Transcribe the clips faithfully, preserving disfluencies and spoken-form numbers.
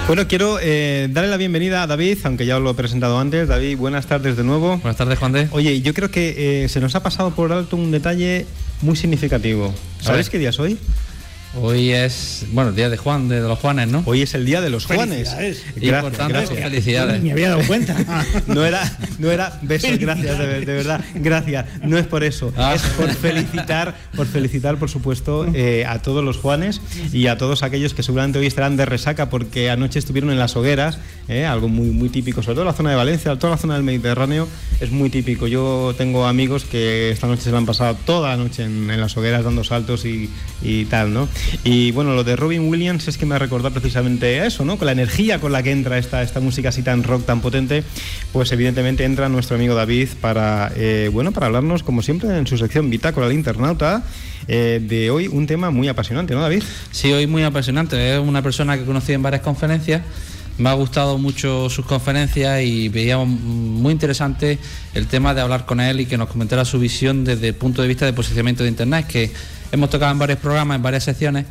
Bueno, quiero eh, darle la bienvenida a David, aunque ya os lo he presentado antes. David, buenas tardes de nuevo. Buenas tardes, Juan de. Oye, yo creo que eh, se nos ha pasado por alto un detalle muy significativo. ¿Sabes qué día es hoy? Hoy es, bueno, el día de Juan, de, de los Juanes, ¿no? Hoy es el día de los Juanes. Gracias, gracias. Felicidades. Me había dado cuenta. No era, no era besos, gracias, de, de verdad, gracias. No es por eso, ah. es por felicitar, por felicitar, por supuesto, eh, a todos los Juanes y a todos aquellos que seguramente hoy estarán de resaca porque anoche estuvieron en las hogueras, eh, algo muy, muy típico, sobre todo en la zona de Valencia, toda la zona del Mediterráneo es muy típico. Yo tengo amigos que esta noche se la han pasado toda la noche en, en las hogueras dando saltos y, y tal, ¿no? Y bueno, lo de Robin Williams es que me ha recordado precisamente a eso, ¿no? Con la energía con la que entra esta, esta música así tan rock, tan potente, pues evidentemente entra nuestro amigo David para, eh, bueno, para hablarnos, como siempre, en su sección Bitácora del Internauta, eh, de hoy un tema muy apasionante, ¿no, David? Sí, hoy muy apasionante. Es una persona que conocí en varias conferencias. Me ha gustado mucho sus conferencias y veíamos muy interesante el tema de hablar con él y que nos comentara su visión desde el punto de vista de posicionamiento de Internet, que hemos tocado en varios programas, en varias secciones,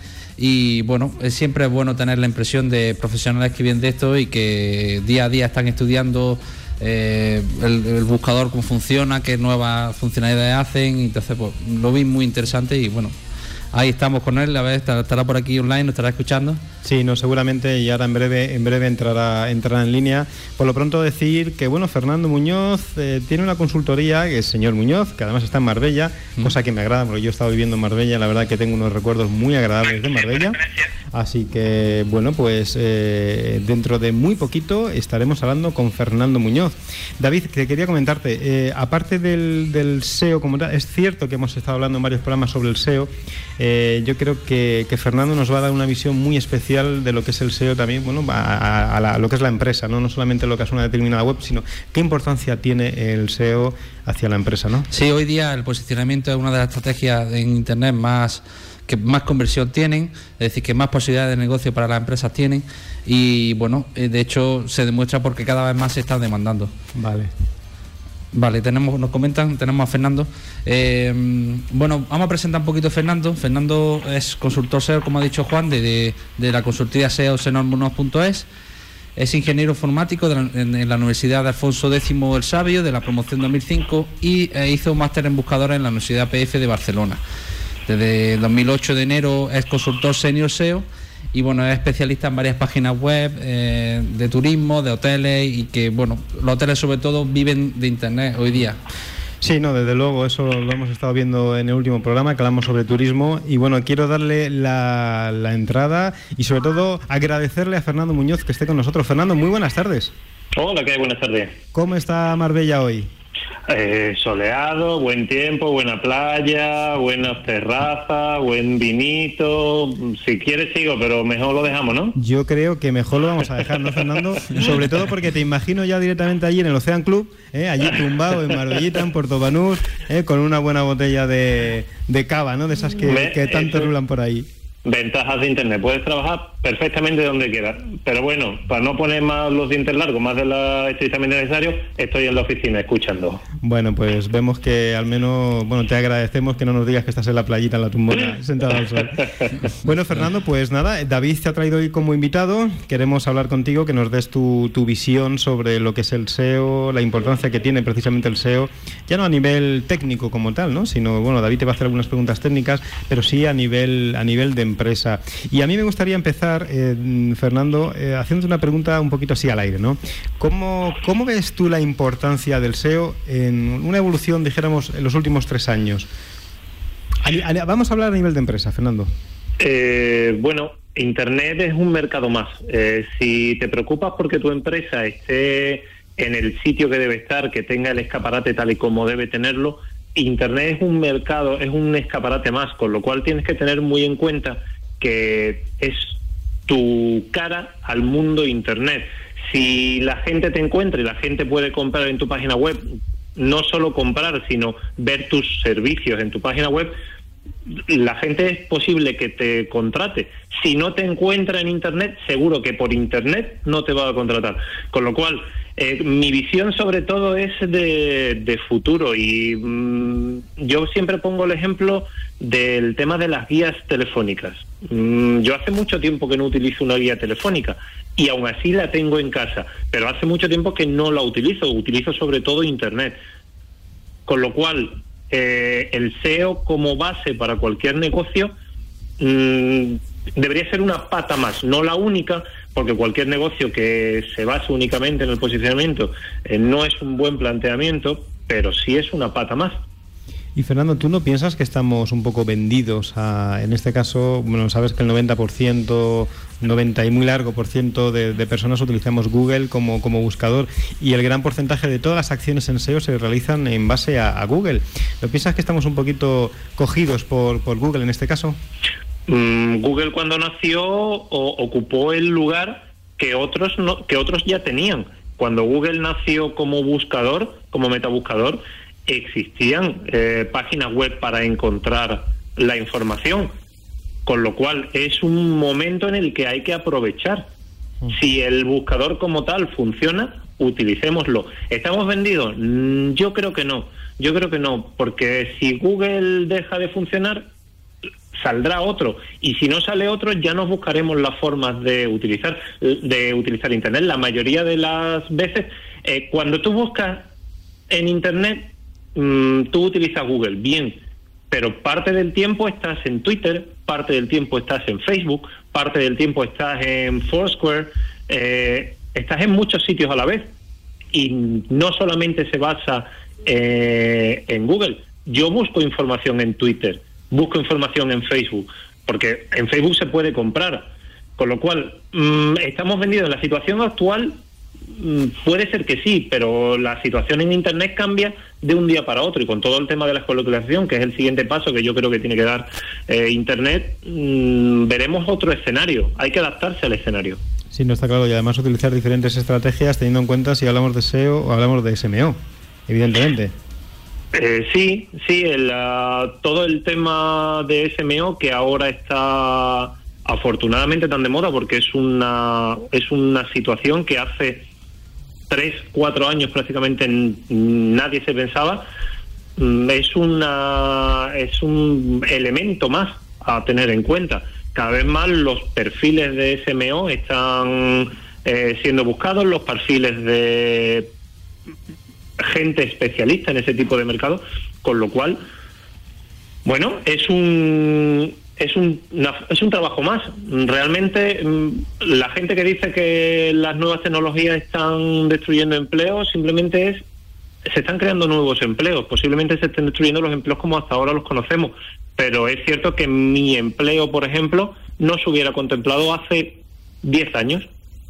y bueno, siempre es bueno tener la impresión de profesionales que vienen de esto y que día a día están estudiando eh, el, el buscador, cómo funciona, qué nuevas funcionalidades hacen, y entonces pues lo vi muy interesante y bueno, ahí estamos con él, a ver, estará por aquí online, nos estará escuchando. Sí, no, seguramente, y ahora en breve, en breve entrará, entrará en línea. Por lo pronto decir que, bueno, Fernando Muñoz eh, tiene una consultoría, que es señor Muñoz, que además está en Marbella, mm. cosa que me agrada, porque yo he estado viviendo en Marbella, la verdad que tengo unos recuerdos muy agradables de Marbella. Así que, bueno, pues eh, dentro de muy poquito estaremos hablando con Fernando Muñoz. David, que quería comentarte, eh, aparte del, del S E O como tal, es cierto que hemos estado hablando en varios programas sobre el S E O, eh, yo creo que, que Fernando nos va a dar una visión muy especial de lo que es el S E O también, bueno, a, a, la, a lo que es la empresa, ¿no? No solamente lo que es una determinada web, sino qué importancia tiene el S E O hacia la empresa, ¿no? Sí, hoy día el posicionamiento es una de las estrategias en Internet más que más conversión tienen, es decir, que más posibilidades de negocio para las empresas tienen y bueno, de hecho se demuestra porque cada vez más se está demandando. Vale. Vale, tenemos, nos comentan, tenemos a Fernando. Eh, bueno, vamos a presentar un poquito a Fernando. Fernando es consultor S E O, como ha dicho Juan, de, de, de la consultoría S E O senormunoz punto es. Es ingeniero informático de la, en, en la Universidad de Alfonso X el Sabio, de la promoción dos mil cinco, y eh, hizo un máster en buscadores en la Universidad P F de Barcelona. Desde dos mil ocho de enero es consultor senior S E O y bueno, es especialista en varias páginas web eh, de turismo, de hoteles y que bueno, los hoteles sobre todo viven de Internet hoy día. Sí, no, desde luego, eso lo hemos estado viendo en el último programa, que hablamos sobre turismo y bueno, quiero darle la, la entrada y sobre todo agradecerle a Fernando Muñoz que esté con nosotros. Fernando, muy buenas tardes. Hola, ¿qué hay? Buenas tardes. ¿Cómo está Marbella hoy? Eh, soleado, buen tiempo, buena playa, buenas terrazas, buen vinito. Si quieres sigo, pero mejor lo dejamos, ¿no? Yo creo que mejor lo vamos a dejar, ¿no, Fernando? Sobre todo porque te imagino ya directamente allí en el Ocean Club, ¿eh? Allí tumbado en Marbellita, en Puerto Banús, ¿eh? Con una buena botella de, de cava, ¿no? De esas que, Me, que tanto eso... rulan por ahí. Ventajas de Internet, puedes trabajar perfectamente donde quieras, pero bueno, para no poner más los dientes largos, más de lo estrictamente necesario, estoy en la oficina escuchando. Bueno, pues vemos que al menos, bueno, te agradecemos que no nos digas que estás en la playita, en la tumbona, sentado al sol. Bueno, Fernando, pues nada, David te ha traído hoy como invitado, queremos hablar contigo, que nos des tu, tu visión sobre lo que es el S E O, la importancia que tiene precisamente el S E O, ya no a nivel técnico como tal, ¿no? Sino, bueno, David te va a hacer algunas preguntas técnicas, pero sí a nivel, a nivel de empresa. Y a mí me gustaría empezar, eh, Fernando, eh, haciéndote una pregunta un poquito así al aire, ¿no? ¿Cómo, ¿Cómo ves tú la importancia del S E O en una evolución, dijéramos, en los últimos tres años? A, a, vamos a hablar a nivel de empresa, Fernando. Eh, bueno, Internet es un mercado más. Eh, si te preocupas porque tu empresa esté en el sitio que debe estar, que tenga el escaparate tal y como debe tenerlo, Internet es un mercado, es un escaparate más, con lo cual tienes que tener muy en cuenta que es tu cara al mundo Internet. Si la gente te encuentra y la gente puede comprar en tu página web, no solo comprar, sino ver tus servicios en tu página web, la gente es posible que te contrate. Si no te encuentra en Internet, seguro que por Internet no te va a contratar. Con lo cual, eh, mi visión sobre todo es de, de futuro y mmm, yo siempre pongo el ejemplo del tema de las guías telefónicas. Mm, yo hace mucho tiempo que no utilizo una guía telefónica y aún así la tengo en casa, pero hace mucho tiempo que no la utilizo, utilizo sobre todo Internet. Con lo cual, eh, el S E O como base para cualquier negocio mmm, debería ser una pata más, no la única, porque cualquier negocio que se base únicamente en el posicionamiento eh, no es un buen planteamiento, pero sí es una pata más. Y Fernando, ¿tú no piensas que estamos un poco vendidos a, en este caso, bueno, sabes que el noventa por ciento, noventa y muy largo por ciento de, de personas utilizamos Google como, como buscador y el gran porcentaje de todas las acciones en S E O se realizan en base a, a Google? ¿No piensas que estamos un poquito cogidos por, por Google en este caso? Mm, Google cuando nació o, ocupó el lugar que otros no, que otros ya tenían. Cuando Google nació como buscador, como metabuscador, existían eh, páginas web para encontrar la información, con lo cual es un momento en el que hay que aprovechar. Si el buscador como tal funciona, utilicémoslo. ¿Estamos vendidos? Mm, yo creo que no, yo creo que no, porque si Google deja de funcionar, saldrá otro, y si no sale otro, ya nos buscaremos las formas de utilizar de utilizar Internet. La mayoría de las veces, eh, cuando tú buscas en Internet, mmm, tú utilizas Google, bien, pero parte del tiempo estás en Twitter, parte del tiempo estás en Facebook, parte del tiempo estás en Foursquare, eh, estás en muchos sitios a la vez, y no solamente se basa eh, en Google. Yo busco información en Twitter, busco información en Facebook, porque en Facebook se puede comprar, con lo cual mmm, estamos vendidos. En la situación actual mmm, puede ser que sí, pero la situación en Internet cambia de un día para otro, y con todo el tema de la geolocalización, que es el siguiente paso que yo creo que tiene que dar eh, Internet, mmm, veremos otro escenario. Hay que adaptarse al escenario. Sí, no está claro, y además utilizar diferentes estrategias teniendo en cuenta si hablamos de S E O o hablamos de S M O, evidentemente. Eh, sí, sí, el, uh, todo el tema de S M O que ahora está afortunadamente tan de moda, porque es una es una situación que hace tres, cuatro años prácticamente nadie se pensaba. Es una es un elemento más a tener en cuenta. Cada vez más los perfiles de S M O están eh, siendo buscados, los perfiles de gente especialista en ese tipo de mercado, con lo cual, bueno, es un es un una, es un trabajo más. Realmente la gente que dice que las nuevas tecnologías están destruyendo empleos, simplemente es se están creando nuevos empleos. Posiblemente se estén destruyendo los empleos como hasta ahora los conocemos, pero es cierto que mi empleo, por ejemplo, no se hubiera contemplado hace diez años.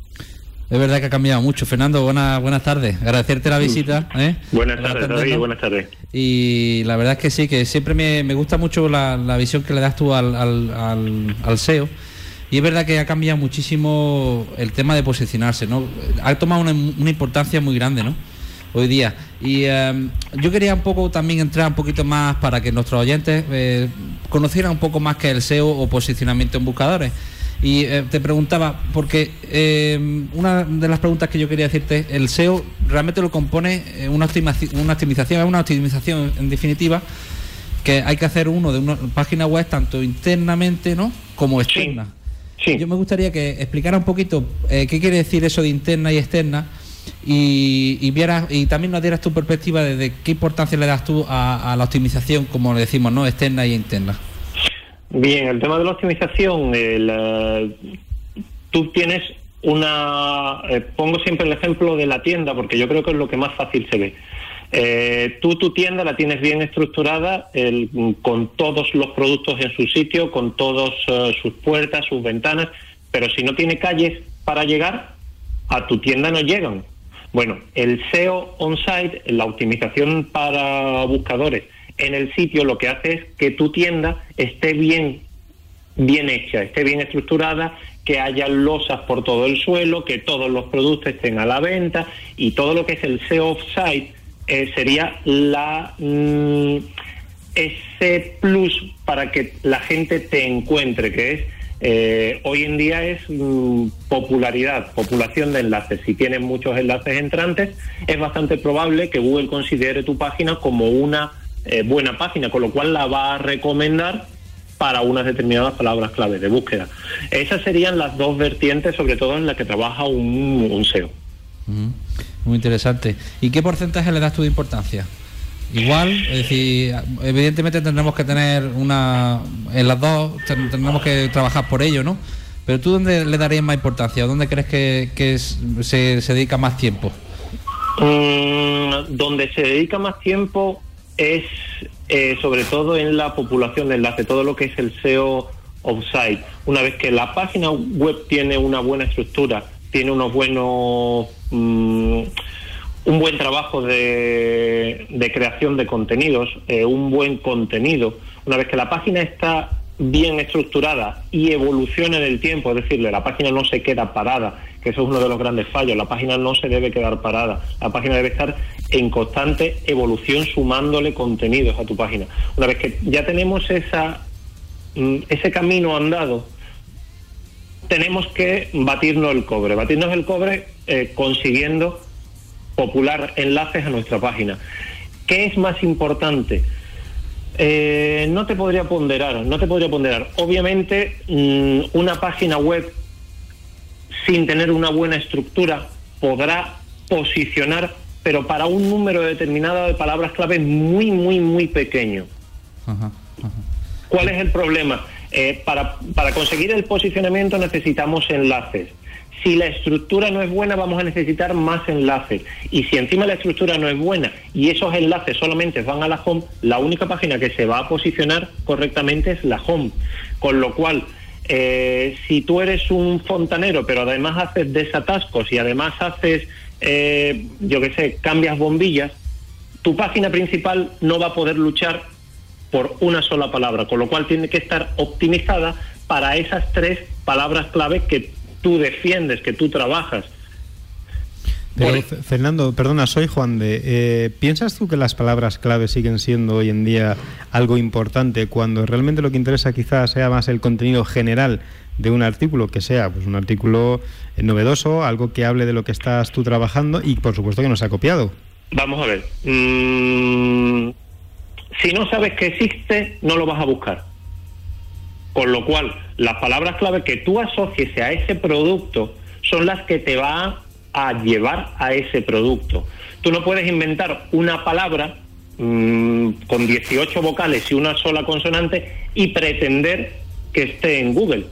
Es verdad que ha cambiado mucho. Fernando, buenas buenas tardes. Agradecerte la visita. ¿eh? Buenas tardes, David, buenas tardes. Y la verdad es que sí, que siempre me, me gusta mucho la, la visión que le das tú al, al, al, al S E O. Y es verdad que ha cambiado muchísimo el tema de posicionarse, ¿no? Ha tomado una, una importancia muy grande, ¿no? Hoy día. Y eh, yo quería un poco también entrar un poquito más para que nuestros oyentes eh, conocieran un poco más que el S E O o posicionamiento en buscadores. Y eh, te preguntaba, porque eh, una de las preguntas que yo quería decirte, el S E O realmente lo compone una, optimización, una optimización, es una optimización en definitiva, que hay que hacer uno de una página web tanto internamente, ¿no?, como externa. Sí, sí. Yo me gustaría que explicara un poquito eh, qué quiere decir eso de interna y externa, y, y vieras y también nos dieras tu perspectiva de, de qué importancia le das tú a, a la optimización, como le decimos, ¿no?, externa y interna. Bien, el tema de la optimización, el, uh, tú tienes una... Eh, pongo siempre el ejemplo de la tienda, porque yo creo que es lo que más fácil se ve. Eh, tú tu tienda la tienes bien estructurada, el, con todos los productos en su sitio, con todas uh, sus puertas, sus ventanas, pero si no tiene calles para llegar, a tu tienda no llegan. Bueno, el S E O on-site, la optimización para buscadores en el sitio, lo que hace es que tu tienda esté bien, bien hecha, esté bien estructurada, que haya losas por todo el suelo, que todos los productos estén a la venta, y todo lo que es el S E O off-site eh, sería la mmm, ese plus para que la gente te encuentre, que es eh, hoy en día es mmm, popularidad, populación de enlaces. Si tienes muchos enlaces entrantes, es bastante probable que Google considere tu página como una eh, buena página, con lo cual la va a recomendar para unas determinadas palabras clave de búsqueda. Esas serían las dos vertientes, sobre todo en las que trabaja un, un S E O. Mm, muy interesante. ¿Y qué porcentaje le das tú de importancia? Igual, es decir, evidentemente tendremos que tener una, en las dos tendremos que trabajar por ello, ¿no? Pero tú, ¿dónde le darías más importancia? ¿O dónde crees que, que es, se, se dedica más tiempo? Mm, donde se dedica más tiempo es eh, sobre todo en la populación de enlace, todo lo que es el S E O off-site. Una vez que la página web tiene una buena estructura, tiene unos buenos mmm, un buen trabajo de, de creación de contenidos, eh, un buen contenido, una vez que la página está bien estructurada y evoluciona en el tiempo, es decir, la página no se queda parada, que eso es uno de los grandes fallos, la página no se debe quedar parada, la página debe estar en constante evolución sumándole contenidos a tu página. Una vez que ya tenemos esa ese camino andado, tenemos que batirnos el cobre, batirnos el cobre eh, consiguiendo popular enlaces a nuestra página. ¿Qué es más importante? Eh, no te podría ponderar, no te podría ponderar. Obviamente, mmm, una página web sin tener una buena estructura podrá posicionar, pero para un número determinado de palabras clave muy, muy, muy pequeño. Ajá, ajá. ¿Cuál es el problema? Eh, para, para conseguir el posicionamiento necesitamos enlaces. Si la estructura no es buena, vamos a necesitar más enlaces. Y si encima la estructura no es buena y esos enlaces solamente van a la home, la única página que se va a posicionar correctamente es la home. Con lo cual, eh, si tú eres un fontanero, pero además haces desatascos y además haces, eh, yo qué sé, cambias bombillas, tu página principal no va a poder luchar por una sola palabra. Con lo cual tiene que estar optimizada para esas tres palabras clave que tú defiendes, que tú trabajas. Pero, Por... Fernando, perdona, soy Juan de... Eh, ¿Piensas tú que las palabras clave siguen siendo hoy en día algo importante cuando realmente lo que interesa quizás sea más el contenido general de un artículo, que sea pues un artículo novedoso, algo que hable de lo que estás tú trabajando y por supuesto que no se ha copiado? Vamos a ver. Mm, si no sabes que existe, no lo vas a buscar. Con lo cual, las palabras clave que tú asocies a ese producto son las que te van a llevar a ese producto. Tú no puedes inventar una palabra mmm, con dieciocho vocales y una sola consonante y pretender que esté en Google.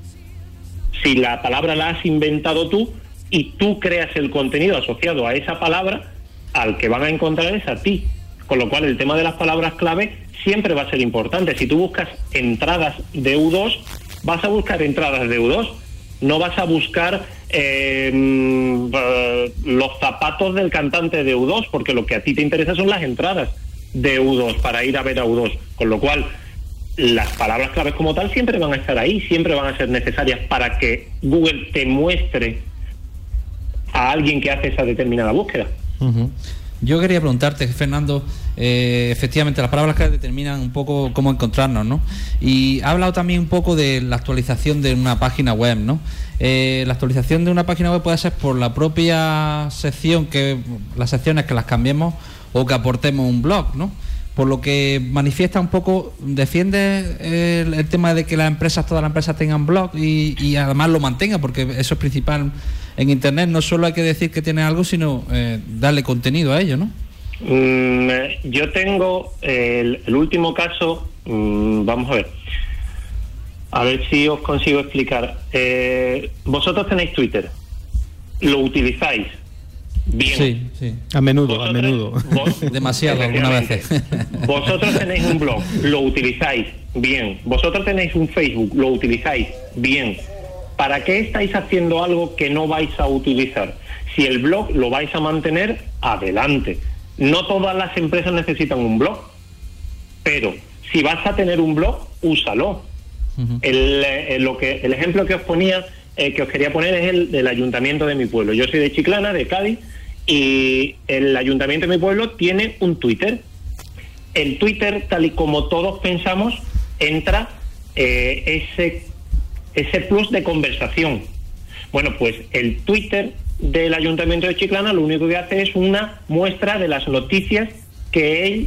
Si la palabra la has inventado tú y tú creas el contenido asociado a esa palabra, al que van a encontrar es a ti. Con lo cual, el tema de las palabras clave siempre va a ser importante. Si tú buscas entradas de U dos, vas a buscar entradas de U dos. No vas a buscar eh, los zapatos del cantante de U dos, porque lo que a ti te interesa son las entradas de U dos para ir a ver a U dos. Con lo cual, las palabras claves como tal siempre van a estar ahí, siempre van a ser necesarias para que Google te muestre a alguien que hace esa determinada búsqueda. Uh-huh. Yo quería preguntarte, Fernando, eh, efectivamente las palabras clave determinan un poco cómo encontrarnos, ¿no? Y ha hablado también un poco de la actualización de una página web, ¿no? Eh, la actualización de una página web puede ser por la propia sección, que las secciones que las cambiemos o que aportemos un blog, ¿no? Por lo que manifiesta un poco, defiende el, el tema de que las empresas, todas las empresas tengan blog y, y además lo mantengan, porque eso es principal en Internet. No solo hay que decir que tiene algo, sino eh, darle contenido a ello, ¿no? Mm, yo tengo el, el último caso, mm, vamos a ver, a ver si os consigo explicar. Eh, vosotros tenéis Twitter, ¿lo utilizáis? Bien. Sí, sí. A menudo, a menudo. Vos, Demasiado, algunas veces. Vosotros tenéis un blog, lo utilizáis. Bien. Vosotros tenéis un Facebook, lo utilizáis. Bien. ¿Para qué estáis haciendo algo que no vais a utilizar? Si el blog lo vais a mantener, adelante. No todas las empresas necesitan un blog, pero si vas a tener un blog, úsalo. Uh-huh. el, el, lo que, el ejemplo que os ponía, eh, que os quería poner es el del ayuntamiento de mi pueblo. Yo soy de Chiclana, de Cádiz, y el ayuntamiento de mi pueblo tiene un Twitter. El Twitter, tal y como todos pensamos, entra eh, ese, ese plus de conversación. Bueno, pues el Twitter del ayuntamiento de Chiclana lo único que hace es una muestra de las noticias que él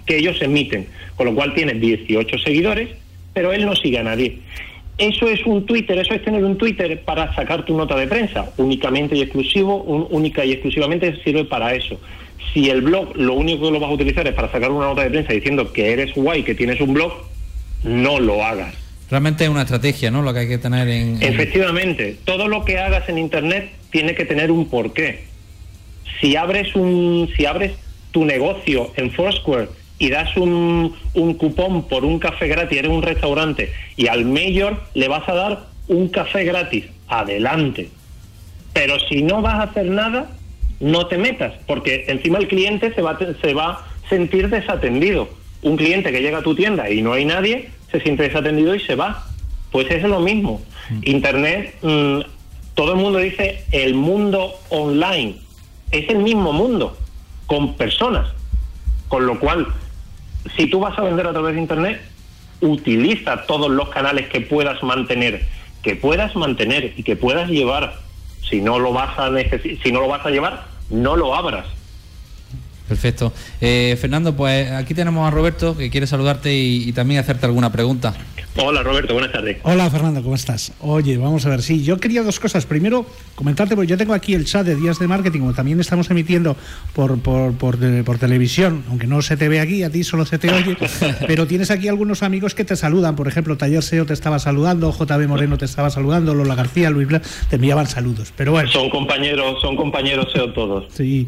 que ellos emiten, con lo cual tienes dieciocho seguidores, pero él no sigue a nadie. Eso es un Twitter, eso es tener un Twitter para sacar tu nota de prensa, únicamente y exclusivo, un, única y exclusivamente sirve para eso. Si el blog lo único que lo vas a utilizar es para sacar una nota de prensa diciendo que eres guay, que tienes un blog, no lo hagas. Realmente es una estrategia, ¿no?, lo que hay que tener en... en... Efectivamente, todo lo que hagas en Internet tiene que tener un porqué. Si abres un, si abres tu negocio en Foursquare y das un, un cupón por un café gratis, eres un restaurante, y al mayor le vas a dar un café gratis, adelante. Pero si no vas a hacer nada, no te metas, porque encima el cliente se va, se va a sentir desatendido. Un cliente que llega a tu tienda y no hay nadie, se siente desatendido y se va. Pues es lo mismo. Internet, mmm, todo el mundo dice el mundo online. Es el mismo mundo, con personas. Con lo cual, si tú vas a vender a través de Internet, utiliza todos los canales que puedas mantener, que puedas mantener y que puedas llevar. Si no lo vas a necesitar, si no lo vas a llevar, no lo abras. Perfecto. Eh, Fernando, pues aquí tenemos a Roberto, que quiere saludarte y, y también hacerte alguna pregunta. Hola Roberto, buenas tardes. Hola Fernando, ¿cómo estás? Oye, vamos a ver, sí, yo quería dos cosas. Primero, comentarte, porque yo tengo aquí el chat de Días de Marketing, como también estamos emitiendo por, por, por, por televisión, aunque no se te ve aquí, a ti solo se te oye, pero tienes aquí algunos amigos que te saludan. Por ejemplo, Taller S E O te estaba saludando, J B Moreno te estaba saludando, Lola García, Luis Blas, te enviaban saludos. Pero bueno. Son compañeros, son compañeros S E O todos. Sí.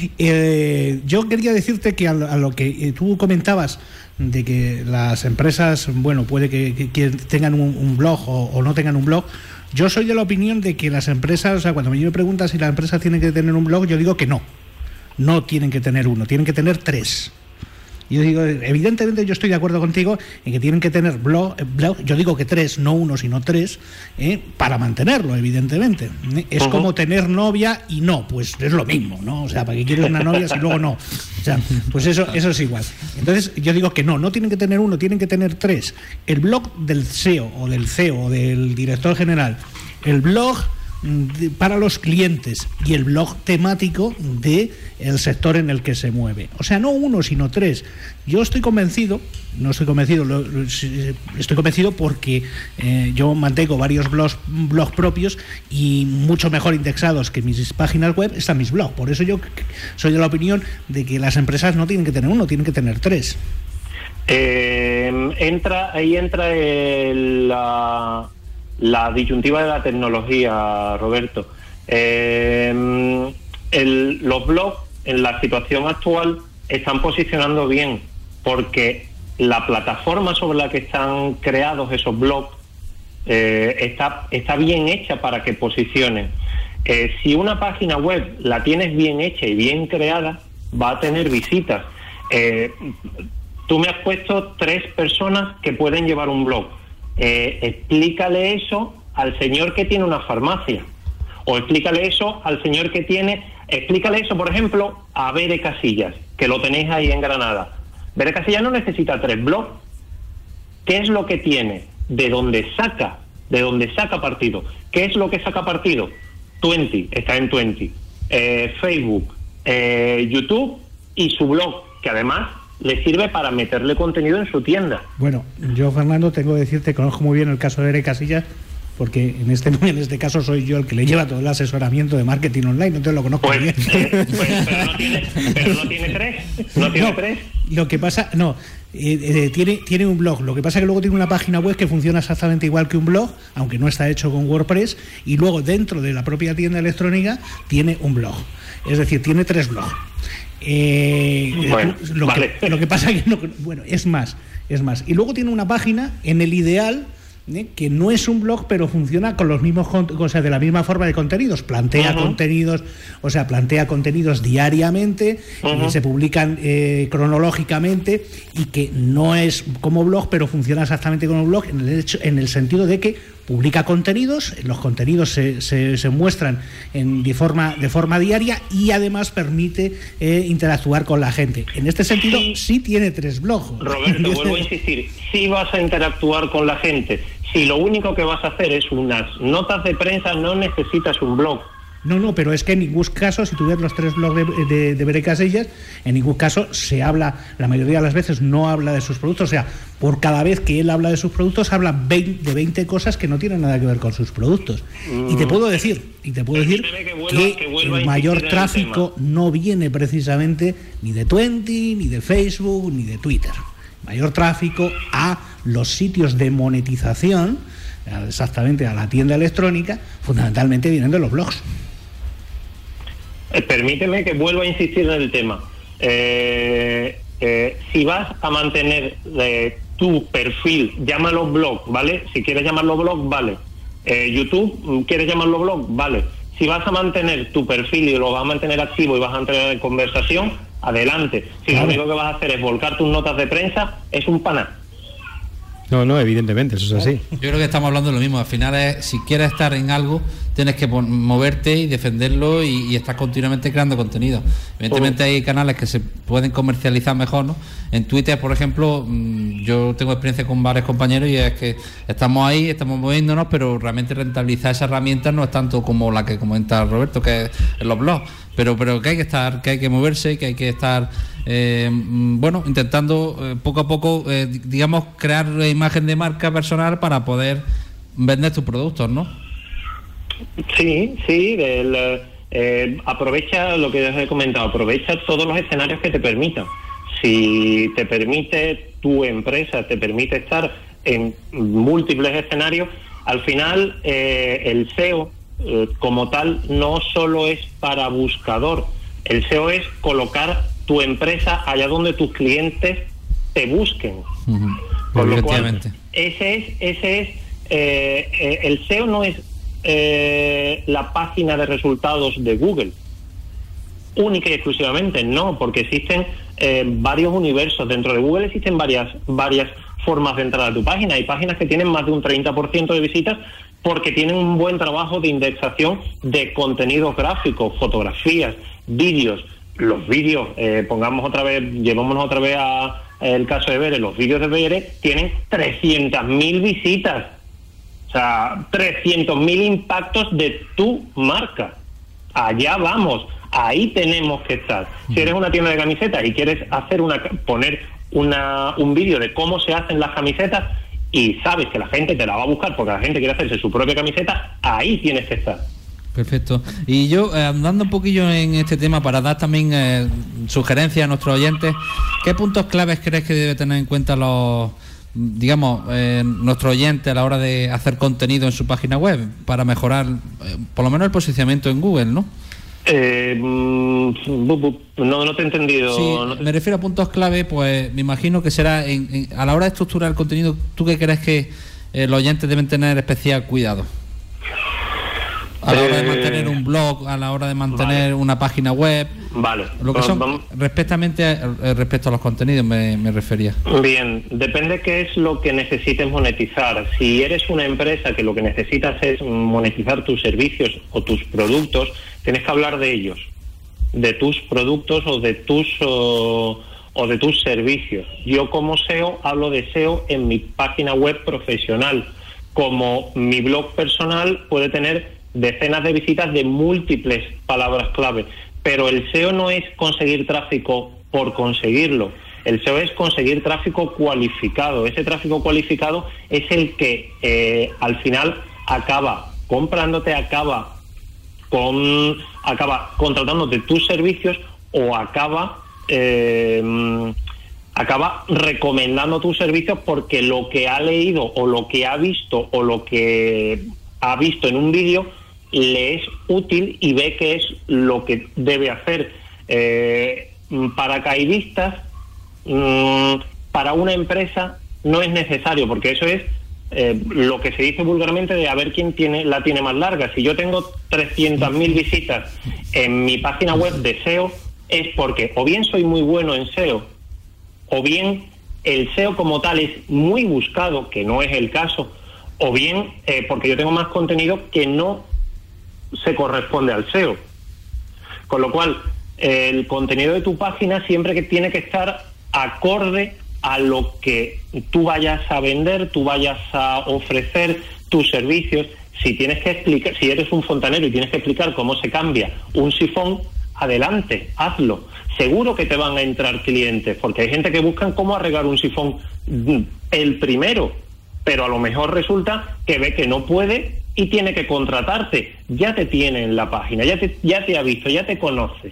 Eh, yo quería decirte que a lo, a lo que eh, tú comentabas, de que las empresas, bueno, puede que, que, que tengan un, un blog o, o no tengan un blog. Yo soy de la opinión de que las empresas, o sea, cuando me preguntan si las empresas tienen que tener un blog, yo digo que no. No tienen que tener uno, tienen que tener tres. Yo digo, evidentemente yo estoy de acuerdo contigo en que tienen que tener blog, blog yo digo que tres, no uno, sino tres, ¿eh? Para mantenerlo, evidentemente. ¿eh? Es uh-huh. como tener novia y no, pues es lo mismo, ¿no? O sea, ¿para qué quieres una novia si luego no? O sea, pues eso, eso es igual. Entonces yo digo que no, no tienen que tener uno, tienen que tener tres. El blog del S E O o del C E O o del director general, el blog para los clientes y el blog temático de el sector en el que se mueve. O sea, no uno, sino tres. Yo estoy convencido, no estoy convencido, lo, lo, estoy convencido porque eh, yo mantengo varios blogs, blogs propios y mucho mejor indexados que mis páginas web están mis blogs. Por eso yo soy de la opinión de que las empresas no tienen que tener uno, tienen que tener tres. Eh, entra, ahí entra el, la... la disyuntiva de la tecnología, Roberto. Eh, el, los blogs en la situación actual están posicionando bien, porque la plataforma sobre la que están creados esos blogs eh, está, está bien hecha para que posicionen. Eh, si una página web la tienes bien hecha y bien creada, va a tener visitas. Eh, tú me has puesto tres personas que pueden llevar un blog. Eh, explícale eso al señor que tiene una farmacia, o explícale eso al señor que tiene, explícale eso, por ejemplo, a Bere Casillas, que lo tenéis ahí en Granada. Bere Casillas no necesita tres blogs. ¿Qué es lo que tiene? ¿De dónde saca? ¿De dónde saca partido? ¿Qué es lo que saca partido? veinte, está en veinte. Eh, Facebook, eh, YouTube y su blog, que además le sirve para meterle contenido en su tienda. Bueno, yo, Fernando, tengo que decirte, conozco muy bien el caso de Bere Casillas, porque en este en este caso soy yo el que le lleva todo el asesoramiento de marketing online, entonces lo conozco pues, muy bien. Eh, pues, pero, no tiene, pero no tiene tres, no tiene no, tres. Lo que pasa, no, eh, eh, tiene, tiene un blog, lo que pasa es que luego tiene una página web que funciona exactamente igual que un blog, aunque no está hecho con WordPress, y luego dentro de la propia tienda electrónica tiene un blog, es decir, tiene tres blogs. Eh, bueno, lo, vale. que, lo que pasa es que no, bueno, es más, es más. Y luego tiene una página en el ideal, ¿eh? que no es un blog, pero funciona con los mismos, o sea, de la misma forma de contenidos. Plantea uh-huh. contenidos, o sea, plantea contenidos diariamente, uh-huh. que se publican eh, cronológicamente y que no es como blog, pero funciona exactamente como blog en el hecho, en el sentido de que publica contenidos, los contenidos se, se, se muestran en, de, forma, de forma diaria y además permite eh, interactuar con la gente. En este sentido, sí, sí tiene tres blogs. Roberto, vuelvo a insistir, sí vas a interactuar con la gente. Si lo único que vas a hacer es unas notas de prensa, no necesitas un blog. No, no, pero es que en ningún caso, si tú ves los tres blogs de, de, de Bere Casellas, en ningún caso se habla, la mayoría de las veces no habla de sus productos. O sea, por cada vez que él habla de sus productos, habla veinte, de veinte cosas que no tienen nada que ver con sus productos. Mm. Y te puedo decir, y te puedo decir que, vuelva, que, que el mayor tráfico no viene precisamente ni de Twenty, ni de Facebook, ni de Twitter. Mayor tráfico a los sitios de monetización, exactamente a la tienda electrónica, fundamentalmente vienen de los blogs. Permíteme que vuelva a insistir en el tema. Eh, eh, si vas a mantener eh, tu perfil, llámalo blog, ¿vale? Si quieres llamarlo blog, vale. Eh, YouTube, ¿quieres llamarlo blog? Vale. Si vas a mantener tu perfil y lo vas a mantener activo y vas a entrar en conversación, adelante. Si claro. Lo único que vas a hacer es volcar tus notas de prensa, es un paná. No, no, evidentemente, eso es así. Yo creo que estamos hablando de lo mismo. Al final, es, si quieres estar en algo, tienes que moverte y defenderlo y, y estar continuamente creando contenido. Evidentemente oh. hay canales que se pueden comercializar mejor, ¿no? En Twitter, por ejemplo, yo tengo experiencia con varios compañeros y es que estamos ahí, estamos moviéndonos, pero realmente rentabilizar esa herramienta no es tanto como la que comenta Roberto, que es en los blogs. Pero, pero que hay que estar, que hay que moverse, que hay que estar, eh, bueno, intentando eh, poco a poco, eh, digamos, crear imagen de marca personal para poder vender tus productos, ¿no? Sí, sí, el, eh, aprovecha lo que os he comentado, aprovecha todos los escenarios que te permitan. Si te permite tu empresa, te permite estar en múltiples escenarios, al final eh, el S E O eh, como tal no solo es para buscador, el S E O es colocar tu empresa allá donde tus clientes te busquen. Uh-huh. Por lo cual, ese es, ese es eh, eh, el S E O no es eh, la página de resultados de Google única y exclusivamente, no, porque existen eh, varios universos. Dentro de Google existen varias varias formas de entrar a tu página. Hay páginas que tienen más de un treinta por ciento de visitas porque tienen un buen trabajo de indexación de contenidos gráficos, fotografías, vídeos. Los vídeos, eh, pongamos otra vez, llevémonos otra vez a el caso de Bere, los vídeos de Bere tienen trescientas mil visitas, o sea, trescientos mil impactos de tu marca. Allá vamos, ahí tenemos que estar. Si eres una tienda de camisetas y quieres hacer una poner una un vídeo de cómo se hacen las camisetas y sabes que la gente te la va a buscar porque la gente quiere hacerse su propia camiseta, ahí tienes que estar. Perfecto. Y yo, eh, andando un poquillo en este tema para dar también eh, sugerencias a nuestros oyentes, ¿qué puntos claves crees que debe tener en cuenta los, digamos, eh, nuestros oyentes a la hora de hacer contenido en su página web para mejorar, eh, por lo menos el posicionamiento en Google, ¿no? Eh, no, no te he entendido. Sí, no te... me refiero a puntos clave, pues me imagino que será en, en, a la hora de estructurar el contenido. ¿Tú qué crees que eh, los oyentes deben tener especial cuidado? A la hora de mantener un blog, a la hora de mantener vale. una página web. Vale. Lo que son, vamos. respectamente a, respecto a los contenidos me, me refería. Bien, depende qué es lo que necesites monetizar. Si eres una empresa que lo que necesitas es monetizar tus servicios o tus productos, tienes que hablar de ellos, de tus productos o de tus o, o de tus servicios. Yo como S E O hablo de S E O en mi página web profesional. Como mi blog personal puede tener decenas de visitas de múltiples palabras clave, pero el S E O no es conseguir tráfico por conseguirlo. El S E O es conseguir tráfico cualificado. Ese tráfico cualificado es el que eh, al final acaba comprándote, acaba con acaba contratándote tus servicios o acaba eh, acaba recomendando tus servicios porque lo que ha leído o lo que ha visto o lo que ha visto en un vídeo le es útil y ve que es lo que debe hacer. Eh, paracaidistas mmm, para una empresa no es necesario, porque eso es eh, lo que se dice vulgarmente de a ver quién tiene la tiene más larga. Si yo tengo trescientas mil visitas en mi página web de S E O, es porque o bien soy muy bueno en S E O, o bien el S E O como tal es muy buscado, que no es el caso, o bien eh, porque yo tengo más contenido que no se corresponde al S E O. Con lo cual, eh, el contenido de tu página siempre que tiene que estar acorde a lo que tú vayas a vender, tú vayas a ofrecer, tú tus servicios. Si tienes que explicar, si eres un fontanero y tienes que explicar cómo se cambia un sifón, adelante, hazlo. Seguro que te van a entrar clientes, porque hay gente que buscan cómo arreglar un sifón el primero, pero a lo mejor resulta que ve que no puede y tiene que contratarte. Ya te tiene en la página, ya te, ya te ha visto, ya te conoce.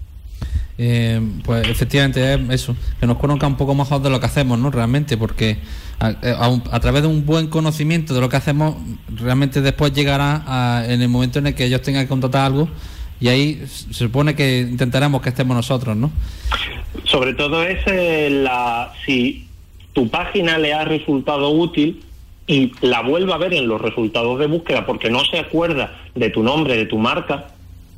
Eh, pues efectivamente es eso, que nos conozca un poco mejor de lo que hacemos, ¿no? Realmente, porque a, a, a través de un buen conocimiento de lo que hacemos, realmente después llegará a, en el momento en el que ellos tengan que contratar algo, y ahí se supone que intentaremos que estemos nosotros, ¿no? Sobre todo es eh, la si tu página le ha resultado útil y la vuelva a ver en los resultados de búsqueda porque no se acuerda de tu nombre, de tu marca,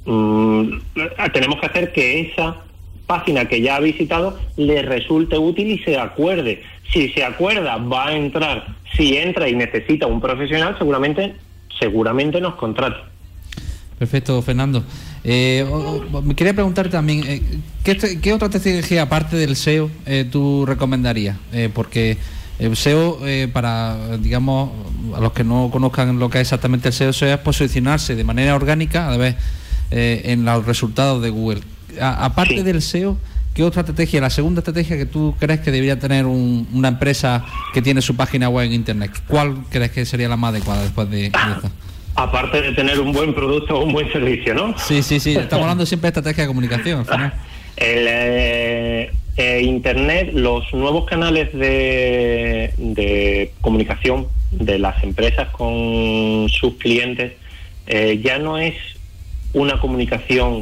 mmm, tenemos que hacer que esa página que ya ha visitado le resulte útil y se acuerde. Si se acuerda, va a entrar. Si entra y necesita un profesional, seguramente seguramente nos contrata. Perfecto, Fernando. Eh, me quería preguntar también, eh, ¿qué, ¿qué otra estrategia aparte del S E O eh, tú recomendarías? Eh, porque el S E O, eh, para, digamos, a los que no conozcan lo que es exactamente el S E O, es posicionarse de manera orgánica a la vez eh, en los resultados de Google. A, aparte sí. del S E O, ¿qué otra estrategia, la segunda estrategia que tú crees que debería tener un, una empresa que tiene su página web en Internet? ¿Cuál crees que sería la más adecuada después de, de esta? Aparte de tener un buen producto o un buen servicio, ¿no? Sí, sí, sí. Estamos hablando siempre de estrategia de comunicación. Al final. El, eh, eh, Internet, los nuevos canales de, de comunicación de las empresas con sus clientes, eh, ya no es una comunicación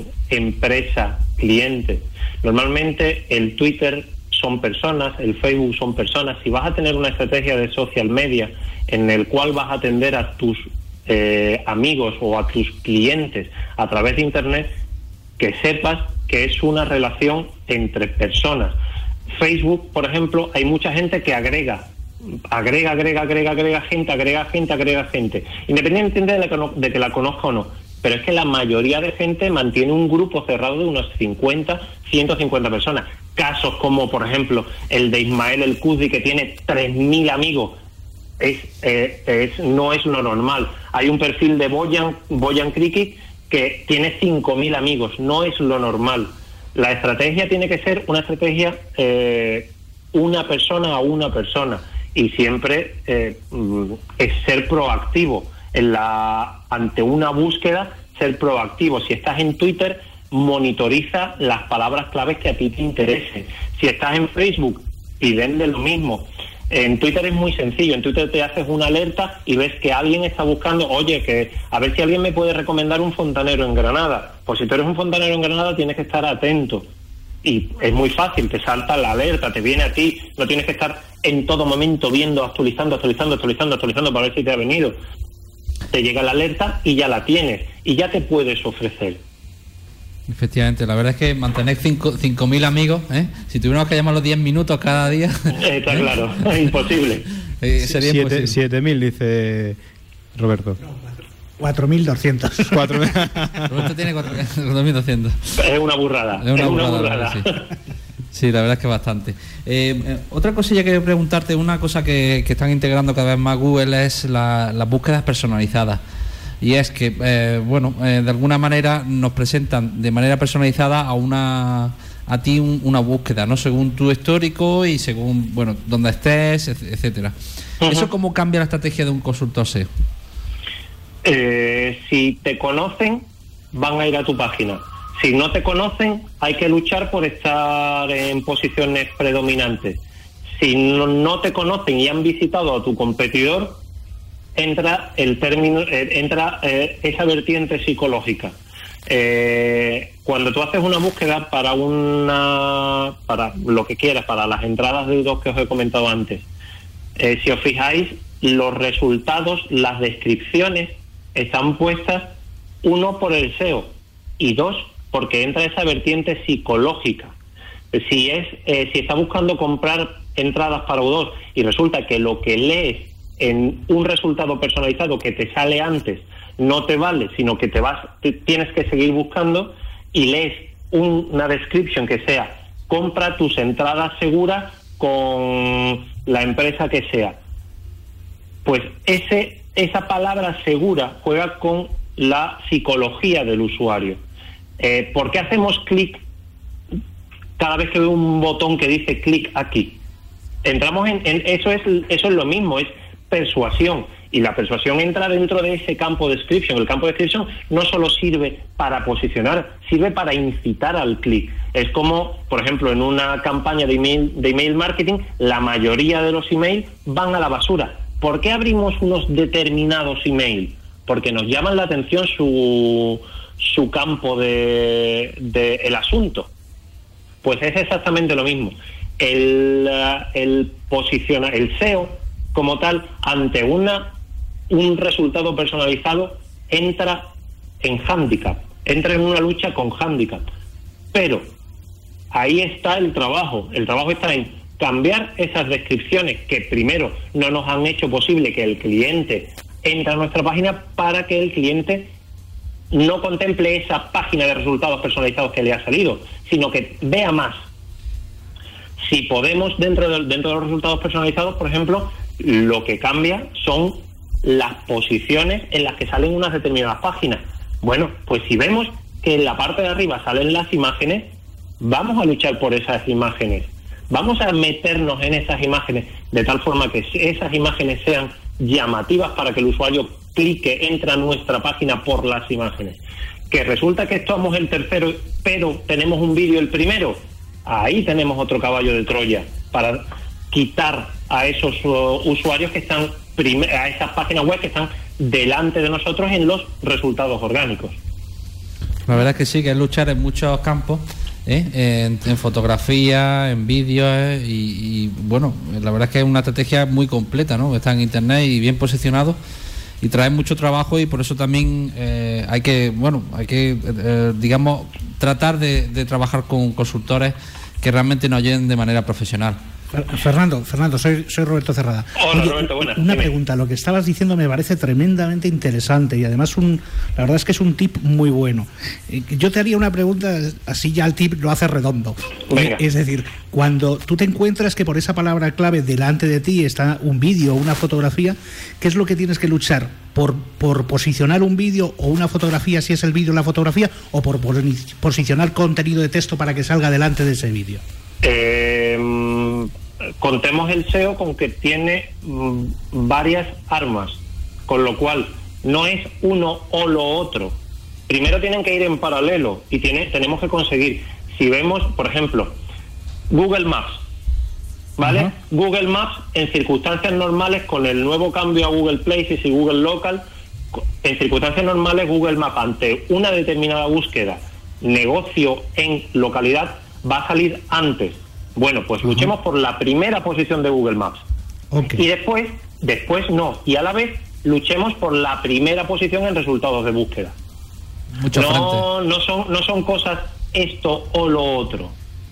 empresa-cliente. Normalmente el Twitter son personas, el Facebook son personas. Si vas a tener una estrategia de social media en el cual vas a atender a tus eh, amigos o a tus clientes a través de Internet, que sepas que es una relación entre personas. Facebook, por ejemplo, hay mucha gente que agrega, agrega, agrega, agrega, agrega gente, agrega gente, agrega gente, independientemente de, la, de que la conozca o no. Pero es que la mayoría de gente mantiene un grupo cerrado de unos cincuenta, ciento cincuenta personas. Casos como, por ejemplo, el de Ismael El Kuzdi, que tiene tres mil amigos, es, eh, es no es lo normal. Hay un perfil de Boyan, Boyan Cricket, que tiene cinco mil amigos, no es lo normal. La estrategia tiene que ser una estrategia eh, una persona a una persona, y siempre eh, es ser proactivo. En la, ante una búsqueda, ser proactivo. Si estás en Twitter, monitoriza las palabras claves que a ti te interesen. Si estás en Facebook, piden de lo mismo. En Twitter es muy sencillo. En Twitter te haces una alerta y ves que alguien está buscando, oye, que a ver si alguien me puede recomendar un fontanero en Granada. Pues si tú eres un fontanero en Granada, tienes que estar atento. Y es muy fácil, te salta la alerta, te viene a ti. No tienes que estar en todo momento viendo, actualizando, actualizando, actualizando, actualizando para ver si te ha venido. Te llega la alerta y ya la tienes y ya te puedes ofrecer. Efectivamente, la verdad es que mantener cinco mil amigos, ¿eh? Si tuviéramos que llamarlos diez minutos cada día, está ¿eh? Claro, es imposible. Eh, sería imposible. siete mil, dice Roberto. cuatro mil doscientos. Roberto tiene cuatro mil doscientos. Es una burrada. Es una es burrada, una burrada. Sí. Sí, la verdad es que bastante. Eh, eh, otra cosilla que preguntarte, una cosa que, que están integrando cada vez más Google es la, las búsquedas personalizadas. Y es que, eh, bueno, eh, de alguna manera nos presentan de manera personalizada a una a ti un, una búsqueda, ¿no? Según tu histórico y según, bueno, donde estés, etcétera. Uh-huh. ¿Eso cómo cambia la estrategia de un consultor S E O? Eh, si te conocen, van a ir a tu página. Si no te conocen, hay que luchar por estar en posiciones predominantes. Si no, no te conocen y han visitado a tu competidor, entra el término, eh, entra eh, esa vertiente psicológica. Eh, cuando tú haces una búsqueda para una, para lo que quieras, para las entradas de dos que os he comentado antes, eh, si os fijáis, los resultados, las descripciones están puestas, uno, por el S E O y dos, porque entra esa vertiente psicológica. Si es eh, si estás buscando comprar entradas para U dos y resulta que lo que lees en un resultado personalizado que te sale antes no te vale, sino que te vas te, tienes que seguir buscando y lees un, una description que sea compra tus entradas seguras con la empresa que sea, pues ese esa palabra segura juega con la psicología del usuario. Eh, ¿Por qué hacemos clic cada vez que veo un botón que dice clic aquí? Entramos en, en eso es eso es lo mismo, es persuasión, y la persuasión entra dentro de ese campo de description. El campo de description no solo sirve para posicionar, sirve para incitar al clic. Es como, por ejemplo, en una campaña de email, de email marketing, la mayoría de los emails van a la basura. ¿Por qué abrimos unos determinados emails? Porque nos llaman la atención su, su campo de, de el asunto. Pues es exactamente lo mismo. El, el posiciona, el S E O como tal, ante una un resultado personalizado, entra en hándicap, entra en una lucha con hándicap. Pero ahí está el trabajo. El trabajo está en cambiar esas descripciones que primero no nos han hecho posible que el cliente entre a nuestra página, para que el cliente no contemple esa página de resultados personalizados que le ha salido, sino que vea más. Si podemos, dentro de, dentro de los resultados personalizados, por ejemplo, lo que cambia son las posiciones en las que salen unas determinadas páginas. Bueno, pues si vemos que en la parte de arriba salen las imágenes, vamos a luchar por esas imágenes. Vamos a meternos en esas imágenes de tal forma que esas imágenes sean llamativas para que el usuario clique, entre a nuestra página por las imágenes. Que resulta que estamos el tercero, pero tenemos un vídeo el primero. Ahí tenemos otro caballo de Troya para quitar a esos uh, usuarios que están, a esas páginas web que están delante de nosotros en los resultados orgánicos. La verdad es que sí, que es luchar en muchos campos, ¿eh? en, en fotografía, en vídeos, ¿eh? y, y bueno, la verdad es que es una estrategia muy completa, ¿no? Está en internet y bien posicionado, y trae mucho trabajo, y por eso también eh, hay que, bueno, hay que, eh, digamos, tratar de, de trabajar con consultores que realmente nos ayuden de manera profesional. Fernando, Fernando, soy, soy Roberto Cerrada. Hola, Oye, Roberto, buenas. Una Dime. pregunta, lo que estabas diciendo me parece tremendamente interesante, y además un, la verdad es que es un tip muy bueno. Eh, Yo te haría una pregunta, así ya el tip lo hace redondo. Venga. Es decir, cuando tú te encuentras que por esa palabra clave delante de ti está un vídeo o una fotografía, ¿qué es lo que tienes que luchar? ¿Por, por posicionar un vídeo o una fotografía, si es el vídeo o la fotografía, o por posicionar contenido de texto para que salga delante de ese vídeo? Eh, contemos el S E O con que tiene mm, varias armas, con lo cual no es uno o lo otro. Primero tienen que ir en paralelo, y tiene, tenemos que conseguir, si vemos, por ejemplo, Google Maps, ¿vale? Uh-huh. Google Maps en circunstancias normales, con el nuevo cambio a Google Places y Google Local, en circunstancias normales Google Maps, ante una determinada búsqueda, negocio en localidad, va a salir antes. Bueno, pues uh-huh. luchemos por la primera posición de Google Maps. Okay. Y después, después no. Y a la vez, luchemos por la primera posición en resultados de búsqueda. Mucha no, no son, no son cosas esto o lo otro.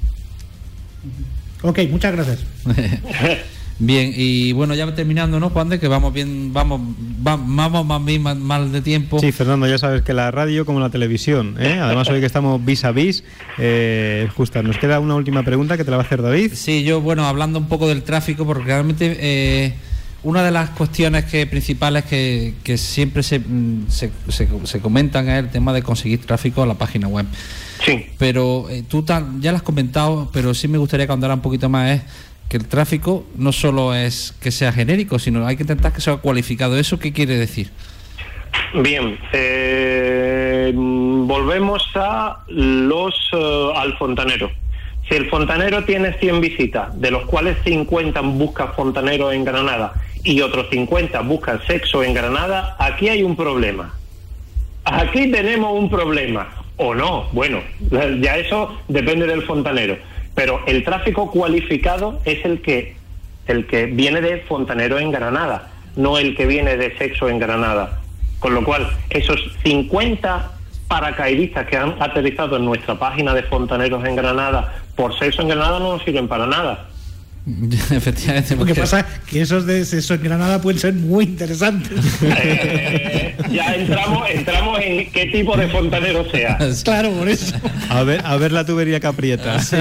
Ok, muchas gracias. Bien, y bueno, ya terminando, ¿no, Juan de? Que vamos bien, vamos, vamos, vamos más bien mal, mal de tiempo. Sí, Fernando, ya sabes que la radio como la televisión, ¿eh? Además hoy que estamos vis a vis, eh, justo, nos queda una última pregunta que te la va a hacer David. Sí, yo, bueno, hablando un poco del tráfico, porque realmente eh, una de las cuestiones que principales que, que siempre se, se, se, se comentan es el tema de conseguir tráfico a la página web. Sí. Pero eh, tú tal, ya lo has comentado, pero sí me gustaría que andara un poquito más, es que el tráfico no solo es que sea genérico, sino hay que intentar que sea cualificado. ¿Eso qué quiere decir? Bien, eh, volvemos a los uh, al fontanero. Si el fontanero tiene cien visitas, de los cuales cincuenta buscan fontanero en Granada y otros cincuenta buscan sexo en Granada, aquí hay un problema. Aquí tenemos un problema. O no, bueno, ya eso depende del fontanero. Pero el tráfico cualificado es el que el que viene de fontanero en Granada, no el que viene de sexo en Granada. Con lo cual, esos cincuenta paracaidistas que han aterrizado en nuestra página de fontaneros en Granada por sexo en Granada no nos sirven para nada. Efectivamente. Lo que pasa es que esos de eso en Granada pueden ser muy interesantes. Eh, ya entramos entramos en qué tipo de fontanero sea. Claro, por eso. A ver, a ver la tubería que aprieta. Sí.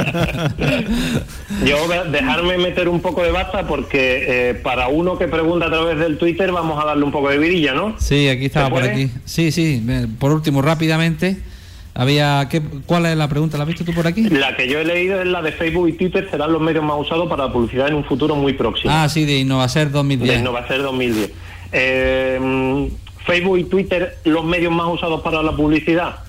Yo dejarme meter un poco de baza porque eh, para uno que pregunta a través del Twitter vamos a darle un poco de vidilla, ¿no? Sí, aquí estaba por aquí. Sí, sí. Por último, rápidamente. Había ¿qué, ¿Cuál es la pregunta? ¿La has visto tú por aquí? La que yo he leído es la de Facebook y Twitter serán los medios más usados para la publicidad en un futuro muy próximo. Ah, sí, de Innovacer dos mil diez. De Innovacer dos mil diez. Eh, Facebook y Twitter, los medios más usados para la publicidad.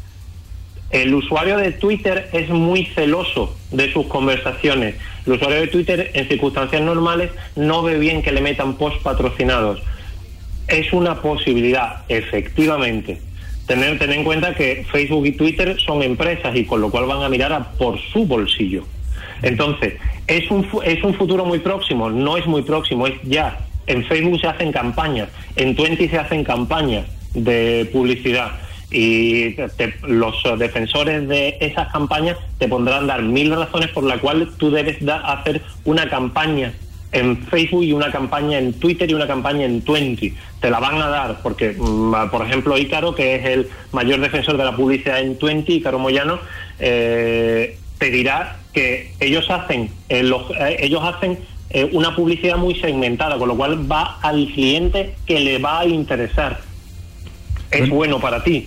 El usuario de Twitter es muy celoso de sus conversaciones. El usuario de Twitter, en circunstancias normales, no ve bien que le metan post patrocinados. Es una posibilidad, efectivamente. Tener, tener en cuenta que Facebook y Twitter son empresas y con lo cual van a mirar a por su bolsillo. Entonces, ¿es un, es un futuro muy próximo? No es muy próximo, es ya. En Facebook se hacen campañas, en Twenty se hacen campañas de publicidad y te, los defensores de esas campañas te pondrán dar mil razones por las cuales tú debes da, hacer una campaña en Facebook y una campaña en Twitter y una campaña en Twenty. Te la van a dar porque, por ejemplo, Ícaro, que es el mayor defensor de la publicidad en Twenty, Ícaro Moyano, eh, te dirá que ellos hacen eh, los, eh, ellos hacen eh, una publicidad muy segmentada, con lo cual va al cliente que le va a interesar. Es bueno para ti.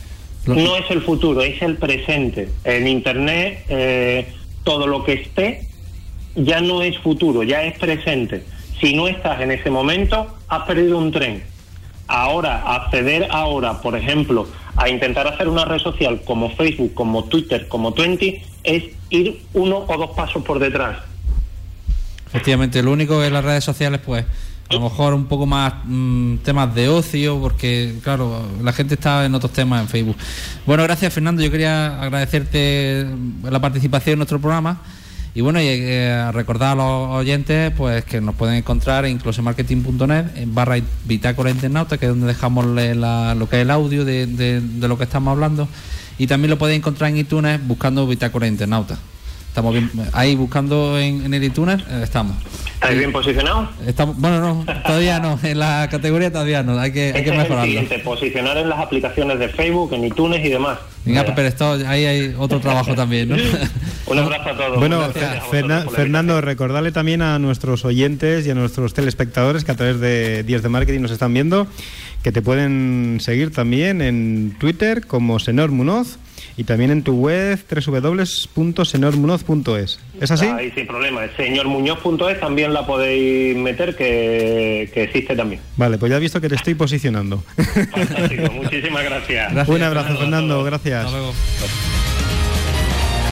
No es el futuro, es el presente. En Internet, eh, todo lo que esté ya no es futuro, ya es presente. Si no estás en ese momento, has perdido un tren. Ahora, acceder ahora, por ejemplo, a intentar hacer una red social como Facebook, como Twitter, como Twenty, es ir uno o dos pasos por detrás. Efectivamente, lo único que las redes sociales, pues, a lo mejor un poco más mmm, temas de ocio, porque, claro, la gente está en otros temas en Facebook. Bueno, gracias, Fernando. Yo quería agradecerte la participación en nuestro programa. Y bueno, y eh, recordar a los oyentes pues que nos pueden encontrar en closemarketing punto net en barra bitácora internauta, que es donde dejamos la, lo que es el audio de, de, de lo que estamos hablando, y también lo podéis encontrar en iTunes buscando Bitácora Internauta. Estamos bien, ahí buscando en, en el iTunes, eh, estamos. ¿Estáis bien posicionados? Estamos, bueno, no, todavía no, en la categoría todavía no, hay que, hay que mejorarlo. Es el siguiente, posicionar en las aplicaciones de Facebook, en iTunes y demás. Venga, pero esto, ahí hay otro trabajo también, ¿no? Un abrazo a todos. Bueno, Fernan, Fernando, recordarle también a nuestros oyentes y a nuestros telespectadores que a través de Días de Marketing nos están viendo, que te pueden seguir también en Twitter como Senor Munoz y también en tu web doble u doble u doble u punto senor munoz punto es. ¿Es así? Ahí sin problema. señor muñoz punto es también la podéis meter, que, que existe también. Vale, pues ya he visto que te estoy posicionando. Fantástico, muchísimas gracias. gracias. Un abrazo, Fernando, gracias. Hasta luego.